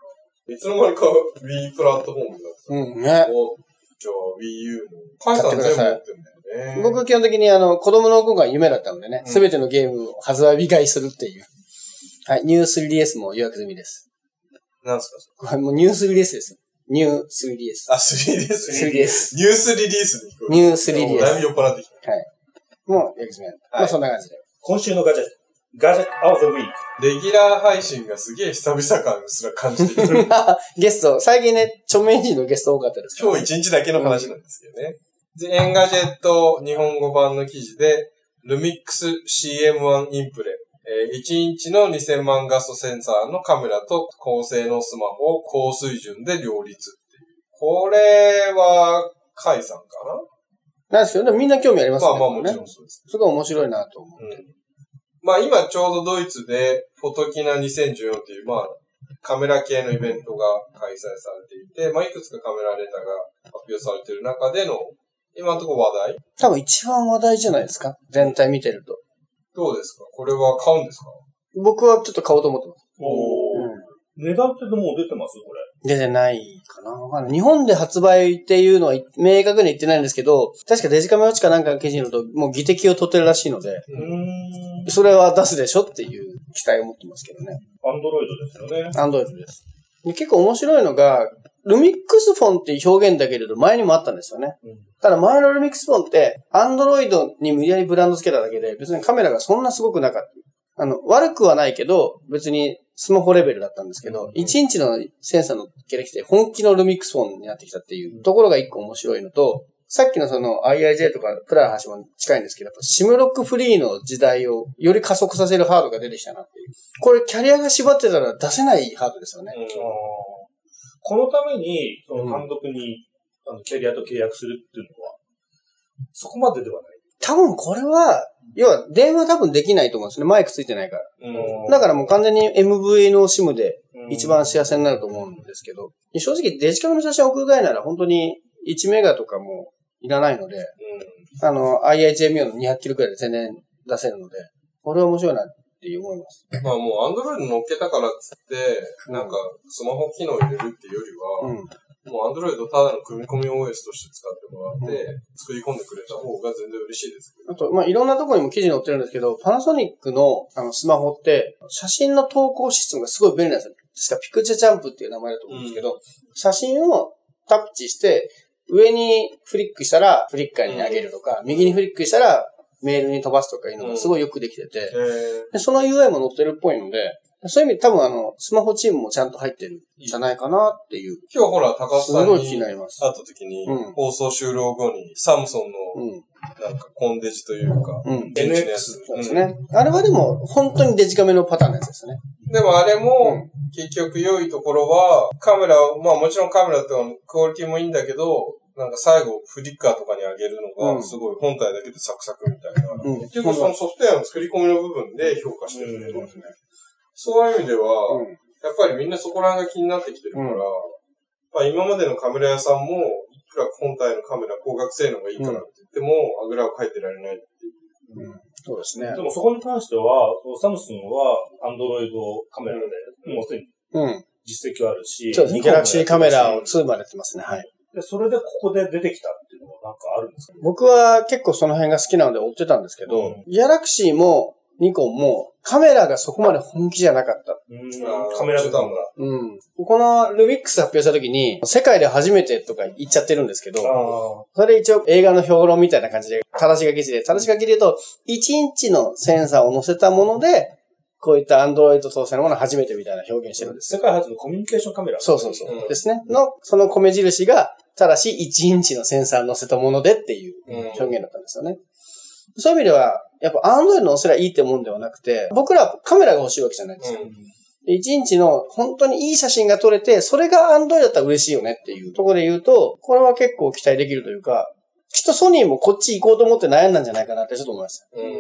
いつの間にか Wii プラットフォームだった。 ね。 じゃあ Wii U の。カイさん全部持ってるんだよね。 僕基本的に子供の頃が夢だったのでね、すべてのゲームを発売買いするっていう。はい、ニュー 3DS も予約済みです。 なんすかこれもうニュー 3DS です。ニュー 3DS。 あ、3DS。 3DS。 ニュースリリースで聞こえる。 ニュー 3DS。 だいぶ酔っ払ってきた。 はい。もう予約済み。そんな感じで。 今週のガジェットオブザウィーク。 レギュラー配信がすげえ久々感すら感じてきてゲスト、最近ね、著名人のゲスト多かったですから、ね。今日1日だけの話なんですけどね。で、エンガジェット日本語版の記事で、ルミックス CM1 インプレ。1インチの2000万画素センサーのカメラと高性能スマホを高水準で両立っていう。これは、カイさんかななんですけど、みんな興味ありますね。 もちろんそうです。 すごい面白いなと思って。 今ちょうどドイツでフォトキナ2014っていう、カメラ系のイベントが開催されていて、いくつかカメラレタが発表されている中での、今のところ話題？ 多分一番話題じゃないですか？全体見てると。 どうですか？これは買うんですか？ 僕はちょっと買おうと思ってます。 値段ってもう出てますこれ。 出てないかな。日本で発売っていうのは明確に言ってないんですけど、確かデジカメ落ちかなんかの記事によると、もう技的を取ってるらしいので、それは出すでしょっていう期待を持ってますけどね。 アンドロイドですよね。 アンドロイドです。で結構面白いのが、ルミックスフォンっていう表現だけれど前にもあったんですよね。ただ前のルミックスフォンって、アンドロイドに無理やりブランド付けただけで、別にカメラがそんなすごくなかった。悪くはないけど、別にスマホレベルだったんですけど、1インチのセンサーの系できて、本気のルミックスフォンになってきたっていうところが一個面白いのと、さっきのIIJ とかプラの話も近いんですけど、シムロックフリーの時代をより加速させるハードが出てきたなっていう。これキャリアが縛ってたら出せないハードですよね。 このために、単独に、キャリアと契約するっていうのは、そこまでではない。 多分これは、要は電話多分できないと思うんですね。マイクついてないから。だからもう完全に MVA の SIM で一番幸せになると思うんですけど、正直デジカメの写真を送るぐらいなら本当に1メガとかもいらないので、IIJMO の200キロくらいで全然出せるので、これは面白いなってて思います。 まあもう Android 乗っけたからっつって、なんかスマホ機能入れるっていうよりは、もう Android ただの組み込み OS として使ってもらって、作り込んでくれた方が全然嬉しいですけど。 あと、まあいろんなところにも記事載ってるんですけど、パナソニックのスマホって、写真の投稿システムがすごい便利なんですよ。確かピクチャジャンプっていう名前だと思うんですけど、写真をタッチして、上にフリックしたらフリッカーに上げるとか、右にフリックしたらメールに飛ばすとかいうのがすごいよくできてて、でその UI も載ってるっぽいので、そういう意味で多分スマホチームもちゃんと入ってるんじゃないかなっていう。 今日ほら、高須さんに会った時に、放送終了後にサムソンのなんかコンデジというか、 NX そうですね。あれはでも本当にデジカメのパターンのやつですね。 でもあれも、結局良いところは、カメラを、まあもちろんカメラってクオリティもいいんだけど、なんか最後フリッカーとかに上げるのがすごい本体だけでサクサクみたいな。結局そのソフトウェアの作り込みの部分で評価してるんですね。そういう意味では、やっぱりみんなそこら辺が気になってきてるから、まあ今までのカメラ屋さんも、いくら本体のカメラ高額性能がいいからって言っても、あぐらをかいてられないっていう。 そうですね。 でもそこに関しては、サムスンはアンドロイドカメラで、もうすでに実績はあるし、 そうですね。ギャラクシーカメラを2までやってますね。はい。 で、それでここで出てきたっていうのはなんかあるんですか？ 僕は結構その辺が好きなので追ってたんですけど、ギャラクシーもニコンもカメラがそこまで本気じゃなかった。 カメラボタンが。 このルビックス発表した時に、世界で初めてとか言っちゃってるんですけど、それ一応映画の評論みたいな感じで、正し書きで言うと、1インチのセンサーを載せたもので、こういったアンドロイド搭載のものを初めてみたいな表現してるんです。 世界初のコミュニケーションカメラ。 そう。ですね。その米印が、ただし1インチのセンサーを載せたものでっていう表現だったんですよね。そういう意味では、やっぱアンドロイド載せりゃいいってもんではなくて、僕らはカメラが欲しいわけじゃないんですよ。1インチの本当にいい写真が撮れて、それがアンドロイドだったら嬉しいよねっていうところで言うと、これは結構期待できるというか、きっとソニーもこっち行こうと思って悩んだんじゃないかなってちょっと思いました。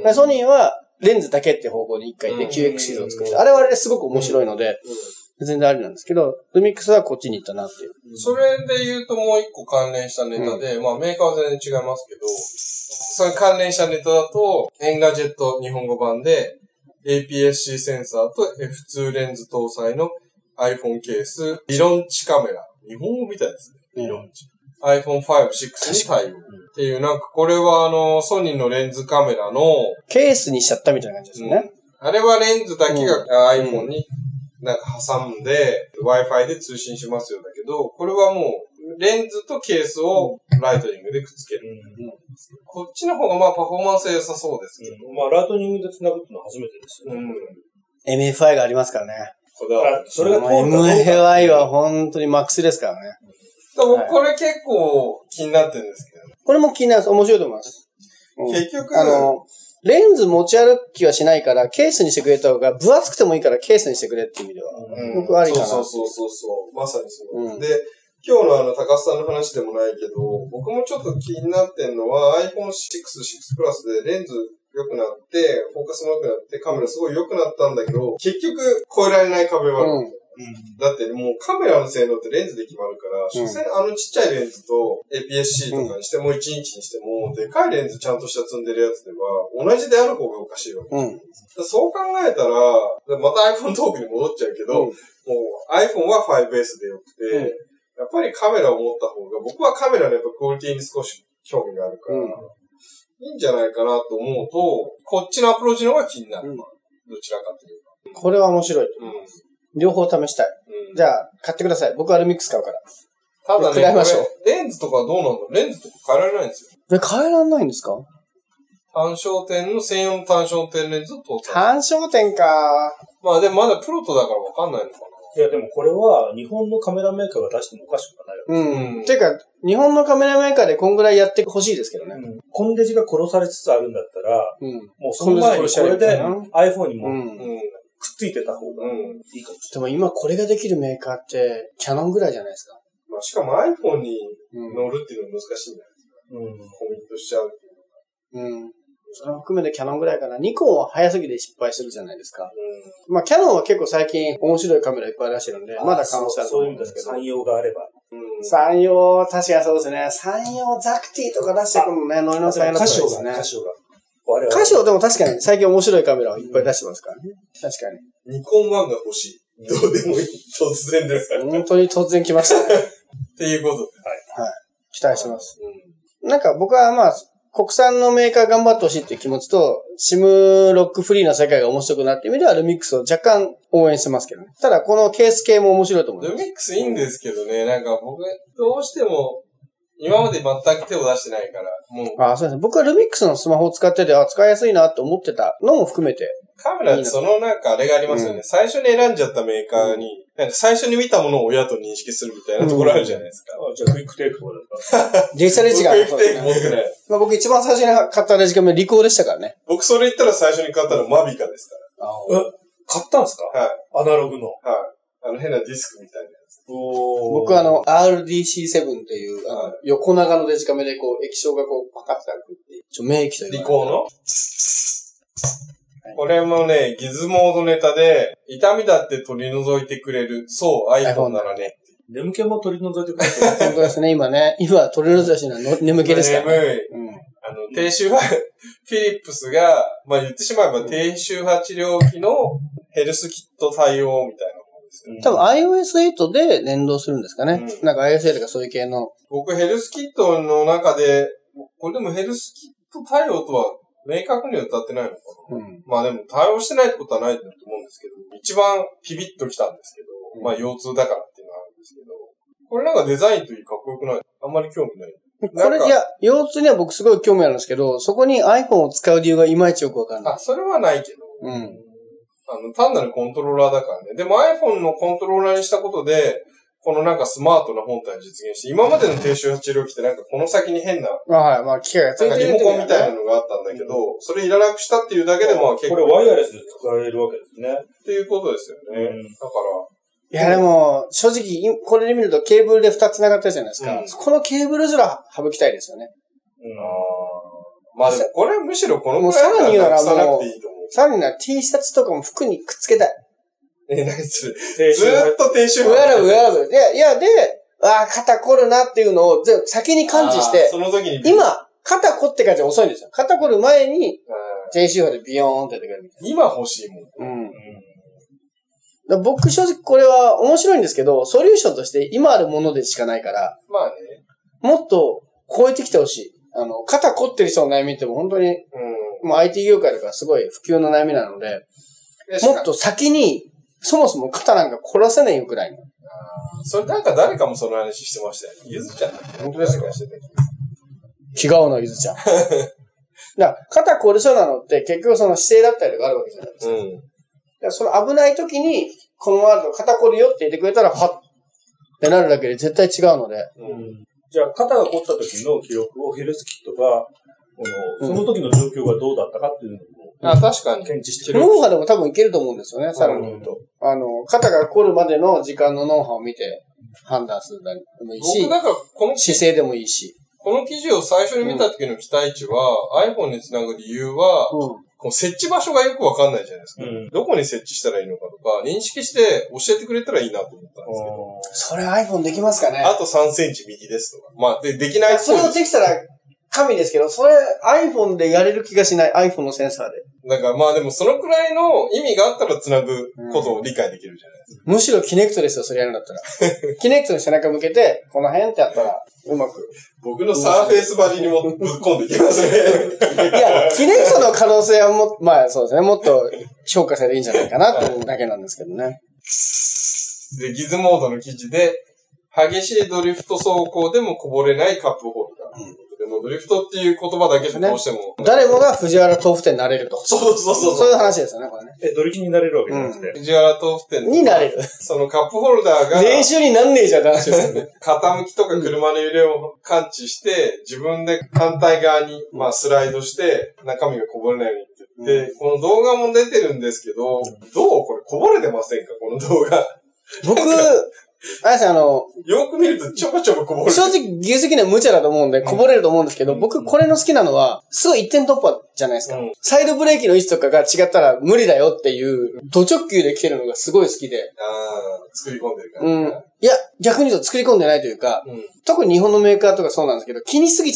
ソニーはレンズだけって方向に一回で QX シリーズを作って、あれはあれですごく面白いので、全然ありなんですけど、ルミックスはこっちに行ったなっていう。 それで言うともう一個関連したネタで、まあメーカーは全然違いますけど、それ関連したネタだと、エンガジェット日本語版で、APS-C センサーと F2 レンズ搭載の iPhone ケース、理論値カメラ。日本語みたいですね。理論値。iPhone 5、6に対応。っていう、なんかこれはソニーのレンズカメラの、 ケースにしちゃったみたいな感じですね。 あれはレンズだけが iPhone になんか挟んで Wi-Fi で通信しますよだけど、これはもうレンズとケースをライトニングでくっつける。こっちの方がまあパフォーマンス良さそうですけど。 まあライトニングで繋ぐってのは初めてですよね。 MFI がありますからね。 それが MFI は本当にマックスですからね。 僕これ結構気になってるんですけど。 これも気になる。面白いと思います。 結局、 レンズ持ち歩きはしないから、ケースにしてくれた方が、分厚くてもいいからケースにしてくれっていう意味では。僕はありかな。 そう。まさにそう。で、今日の高須さんの話でもないけど、僕もちょっと気になってんのは iPhone 6、6 Plus でレンズ良くなって、フォーカスも良くなって、カメラすごい良くなったんだけど、結局超えられない壁はある。だってもうカメラの性能ってレンズで決まるから、所詮ちっちゃいレンズと APS-C とかにしても1インチにしても、でかいレンズちゃんとした積んでるやつでは、同じである方がおかしいわけ。そう考えたら、また iPhone トークに戻っちゃうけど、もう iPhone は 5S でよくて、やっぱりカメラを持った方が、僕はカメラのやっぱクオリティに少し興味があるから、いいんじゃないかなと思うと、こっちのアプローチの方が気になる。どちらかというと。 これは面白いと思います。両方試したい。じゃあ、買ってください。僕はルミックス買うから。 ただね、 買いましょう。 レンズとかどうなんだろう？レンズとか変えられないんですよ。 変えられないんですか？ 単焦点の専用の単焦点レンズを搭載。 単焦点か。 まあでもまだプロトだからわかんないのかな。 いやでもこれは日本のカメラメーカーが出してもおかしくはないわけていうか、日本のカメラメーカーでこんぐらいやってほしいですけどね。 コンデジが殺されつつあるんだったら、もうその前にこれで iPhone にもくっついてた方がいいかもしれない。 でも今これができるメーカーって、キャノンぐらいじゃないですか。 まあ、しかも iPhone に乗るっていうのは難しいんじゃないですか。コミットしちゃうっていうのが。 それも含めてキャノンぐらいかな。ニコンは早すぎて失敗するじゃないですか。まあキャノンは結構最近面白いカメラいっぱい出してるんで、まだ可能性あると思うんですけど。 そういう意味で山陽があれば。 山陽、確かにそうですね。山陽ザクティとか出してくるのね、ノリの山陽のですね。 カシオが。 カシオでも確かに最近面白いカメラをいっぱい出してますからね。確かに。ニコン1が欲しい。どうでもいい。突然ですから。 に。本当に突然来ましたね。 っていうことで。 はい。期待してます。なんか僕はまあ、国産のメーカー頑張ってほしいっていう気持ちと、シムロックフリーな世界が面白くなって意味ではルミックスを若干応援してますけどね。ただこのケース系も面白いと思います。 ルミックスいいんですけどね、なんか僕、どうしても、今まで全く手を出してないから、もう。 ああ、そうですね。僕はルミックスのスマホを使ってて、使いやすいなって思ってたのも含めて。 カメラってそのなんかあれがありますよね。最初に選んじゃったメーカーに、なんか最初に見たものを親と認識するみたいなところあるじゃないですか。 じゃあクイックテイクとかですか？ 実際レジが。 クイックテイク持ってない。 まあ僕一番最初に買ったレジカメリコーでしたからね。 僕それ言ったら最初に買ったのマビカですか買ったんですか？ はい。 アナログの。 はい。変なディスクみたいなやつ。 僕RDC7 っていう、横長のデジカメでこう、液晶がこう、パカッと開くっていう、名機というか。 リコーのこれもね、ギズモードネタで、痛みだって取り除いてくれる、そう、iPhone ならね。 眠気も取り除いてくれる。 本当ですね、今ね。今取り除いてるのは眠気ですから、ね。 眠い。低周波、フィリップスが、まあ言ってしまえば低周波治療器のヘルスキット対応みたいなものですよね。 多分 iOS8 で連動するんですかね。なんか iOS8 とかそういう系の。 僕ヘルスキットの中で、これでもヘルスキット対応とは明確には歌ってないのかな。まあでも対応してないってことはないと思うんですけど、一番ピビッときたんですけど、まあ腰痛だからっていうのはあるんですけど、これなんかデザインといいかっこよくない？あんまり興味ない。 これ、いや、腰痛には僕すごい興味あるんですけど、そこに iPhone を使う理由がいまいちよくわかんない。 それはないけど。単なるコントローラーだからね。でも iPhone のコントローラーにしたことで、このなんかスマートな本体を実現して、今までの低周波治療器ってなんかこの先に変な、 はい、まあ機械がついてる、 リモコンみたいなのがあったんだけど、それいらなくしたっていうだけでも結構。 これワイヤレスで使えるわけですね。 っていうことですよね。だから。 いやでも、正直、これで見るとケーブルで2つ繋がってるじゃないですか。このケーブルすら省きたいですよね。 まあでもこれはむしろこのくらいさらに言うならもう、 さらにT シャツとかも服にくっつけたい。 何それ。ずーっと低周波。 いや、で、肩凝るなっていうのを先に感知して、 その時に今、肩凝ってからじゃ遅いんですよ。肩凝る前に、低周波でビヨーンって出てくるみたいな。 今欲しいもん。 僕正直これは面白いんですけど、ソリューションとして今あるものでしかないから、 まあね。 もっと超えてきてほしい。肩凝ってる人の悩みっても本当に、もう IT 業界とかすごい普及の悩みなので、もっと先に、そもそも肩なんか凝らせないよくらいの。 それなんか誰かもその話してましたよ。ゆずちゃん。 本当ですか？違うの、ゆずちゃん。だから肩凝りそうなのって結局その姿勢だったりとかあるわけじゃないですか。だからその危ない時に、このまま肩凝るよって言ってくれたら、はっってなるだけで絶対違うので。 じゃあ、肩が凝った時の記録をヘルスキットが、その時の状況がどうだったかっていうのを、 確かに検知してる。 ノウハウでも多分いけると思うんですよね、さらに言うと。肩が凝るまでの時間のノウハウを見て判断するでもいいし、 僕だからこの姿勢でもいいし。 この記事を最初に見た時の期待値は、iPhone につなぐ理由は、この設置場所がよくわかんないじゃないですか。どこに設置したらいいのかとか、認識して教えてくれたらいいなと思ったんですけど。 それ iPhone できますかね？ あと3センチ右ですとか。まあ、できないそれをできたら神ですけど、それ iPhone でやれる気がしない。iPhone のセンサーで。 だからまあでもそのくらいの意味があったら繋ぐことを理解できるじゃないですか。 むしろキネクトですよ、それやるんだったら。キネクトに背中向けて、この辺ってやったら、うまく。 僕のサーフェイス張りにもぶっ込んできますね。 いや、キネクトの可能性はまあそうですね、もっと評価されていいんじゃないかなと思うだけなんですけどね。 で、ギズモードの記事で、激しいドリフト走行でもこぼれないカップホルダー。でもドリフトっていう言葉だけでどうしても。 誰もが藤原豆腐店になれると。 そう。 そういう話ですよね、これね。 ドリキになれるわけじゃなくて。 藤原豆腐店になれる。 そのカップホルダーが。 練習になんねえじゃんって話ですよね。 傾きとか車の揺れを感知して、自分で反対側に、まあスライドして、中身がこぼれないようにって言って、この動画も出てるんですけど、これこぼれてませんかこの動画。 僕、あれですよく見るとちょこちょここぼれる。 正直技術的には無茶だと思うんで、こぼれると思うんですけど、僕これの好きなのは、すごい一点突破じゃないですか。サイドブレーキの位置とかが違ったら無理だよっていう、ド直球で来てるのがすごい好きで。 作り込んでるから。 いや、逆に言うと作り込んでないというか、特に日本のメーカーとかそうなんですけど、気にしすぎちゃうんですよ。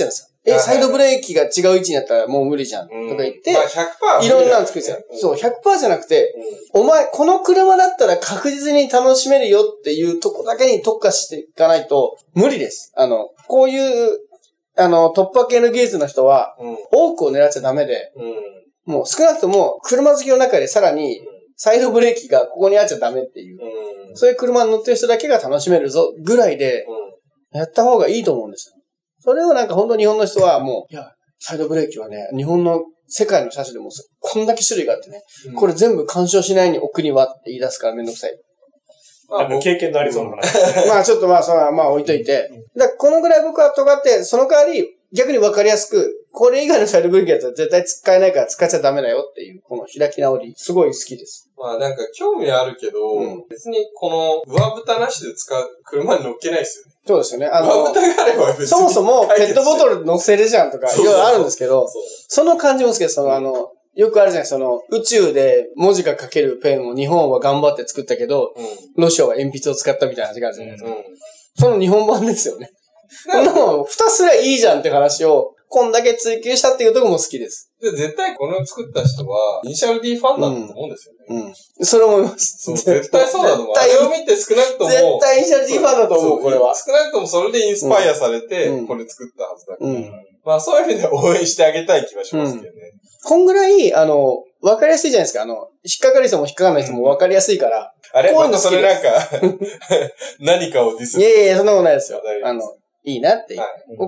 サイドブレーキが違う位置になったらもう無理じゃん。とか言って、 まあ100% いろんなの作るじゃん。そう、100% じゃなくて、お前、この車だったら確実に楽しめるよっていうとこだけに特化していかないと無理です。こういう、突破系の技術の人は、多くを狙っちゃダメで、もう少なくとも車好きの中でさらに、サイドブレーキがここにあっちゃダメっていう。そういう車に乗ってる人だけが楽しめるぞぐらいで、やった方がいいと思うんですよ。それをなんか本当日本の人はもう、いや、サイドブレーキはね、日本の世界の車種でもこんだけ種類があってね、これ全部干渉しないに奥にはって言い出すからめんどくさい。 経験のありそうな話。 まあちょっとまあそれはまあ置いといて。だからこのぐらい僕は尖って、その代わり逆に分かりやすく、これ以外のサイドブレーキやつは絶対使えないから使っちゃダメだよっていう、この開き直り、すごい好きです。 まあなんか興味あるけど、別にこの上蓋なしで使う車に乗っけないですよね。 そうですよね。 上蓋があれば別に。 そもそもペットボトル乗せるじゃんとか、いろいろあるんですけど、その感じも好きです。よくあるじゃないですか、宇宙で文字が書けるペンを日本は頑張って作ったけど、ロシアは鉛筆を使ったみたいな話があるじゃないですか。その日本版ですよね。蓋すらいいじゃんって話を、こんだけ追求したっていうところも好きです。 で、絶対この作った人は、イニシャル D ファンだと思うんですよね。 それ思います。 そう絶対そうだと思う。あれを見て少なくとも。 絶対イニシャル D ファンだと思う、これは。 少なくともそれでインスパイアされて、これ作ったはずだから。まあそういう意味で応援してあげたい気はしますけどね。 こんぐらい、わかりやすいじゃないですか。引っかかる人も引っかかんない人もわかりやすいから。 あれまたそれなんか、何かをディスる。 いや、そんなことないですよ。いいなっていう。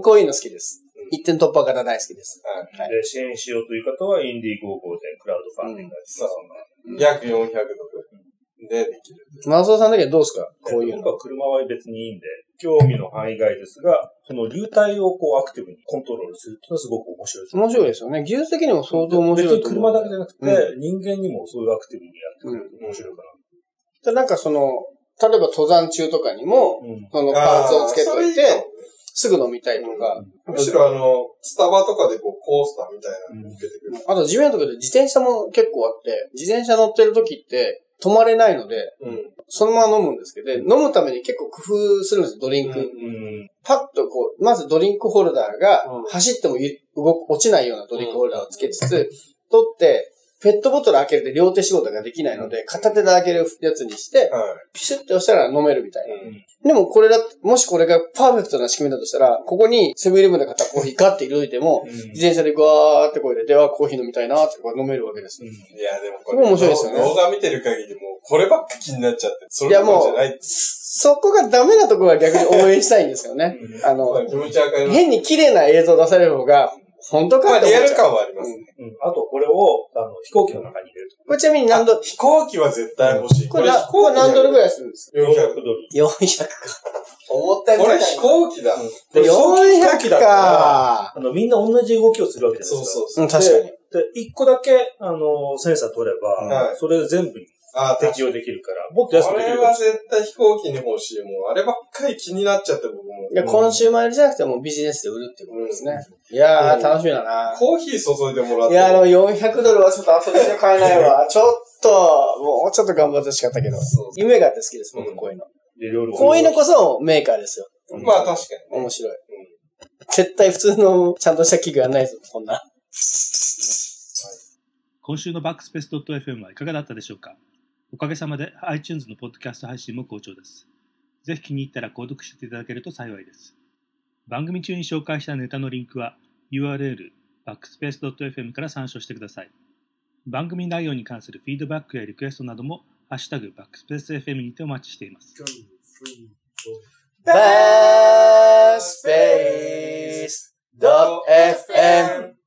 こういうの好きです。一点突破型大好きです。 で、支援しようという方は、インディーゴーゴーでクラウドファンディングがそう。約400ドルでできる。 松尾さんだけどどうですかこういうの。 車は別にいいんで、興味の範囲外ですが、その流体をこうアクティブにコントロールするっていうのはすごく面白いです。 面白いですよね。技術的にも相当面白い。 別に車だけじゃなくて、人間にもそういうアクティブにやってくれると面白いかな。 なんか例えば登山中とかにも、そのパーツをつけといて、すぐ飲みたいとか。 むしろスタバとかでコースターみたいなのを受けてくる。 あと地面のところで自転車も結構あって、自転車乗ってる時って止まれないので、そのまま飲むんですけど、飲むために結構工夫するんですよ、ドリンク。パッとまずドリンクホルダーが走っても落ちないようなドリンクホルダーをつけつつ、取って、ペットボトル開けるで両手仕事ができないので、片手で開けるやつにして、ピシュッて押したら飲めるみたいな。でももしこれがパーフェクトな仕組みだとしたら、ここにセブンイレブンで買ったコーヒーガッて入れといても、自転車でガーってこう入れて、コーヒー飲みたいなって飲めるわけです。 いや、でもこれ面白いですよね。 動画見てる限りもう、こればっか気になっちゃって、それどころじゃない。 そこがダメなところは逆に応援したいんですよね。 気持ちわかります。 変に綺麗な映像出される方が、本当かってリアル感はありますね。 あと、これを、飛行機の中に入れると。 これちなみに何ドル？ 飛行機は絶対欲しい。 これ何ドルぐらいするんですか ?400 ドル。 400か。思ったより。 これ飛行機だ。 400か。 みんな同じ動きをするわけじゃないですか。 そう。確かに。 で、1個だけ、センサー取れば、それ全部に適用できるから、もっと安くできる。 これは絶対飛行機に欲しい。もう、あればっかり気になっちゃって僕も。 いや、コンシューマーじゃなくてもビジネスで売るってことですね。いやー、楽しみだな。 コーヒー注いでもらって。 いや、400ドルはちょっと遊びで買えないわ。ちょっと、もうちょっと頑張ってほしかったけど。夢があって好きです、僕、こういうの。こういうのこそメーカーですよ。 まあ確かに。 面白い。絶対普通のちゃんとした器具はないぞ、こんな。 今週のバックスペース .fm はいかがだったでしょうか。おかげさまで iTunes のポッドキャスト配信も好調です。ぜひ気に入ったら購読していただけると幸いです。番組中に紹介したネタのリンクは URL backspace.fm から参照してください。番組内容に関するフィードバックやリクエストなどもハッシュタグバックスペース FM にてお待ちしています。 backspace.fm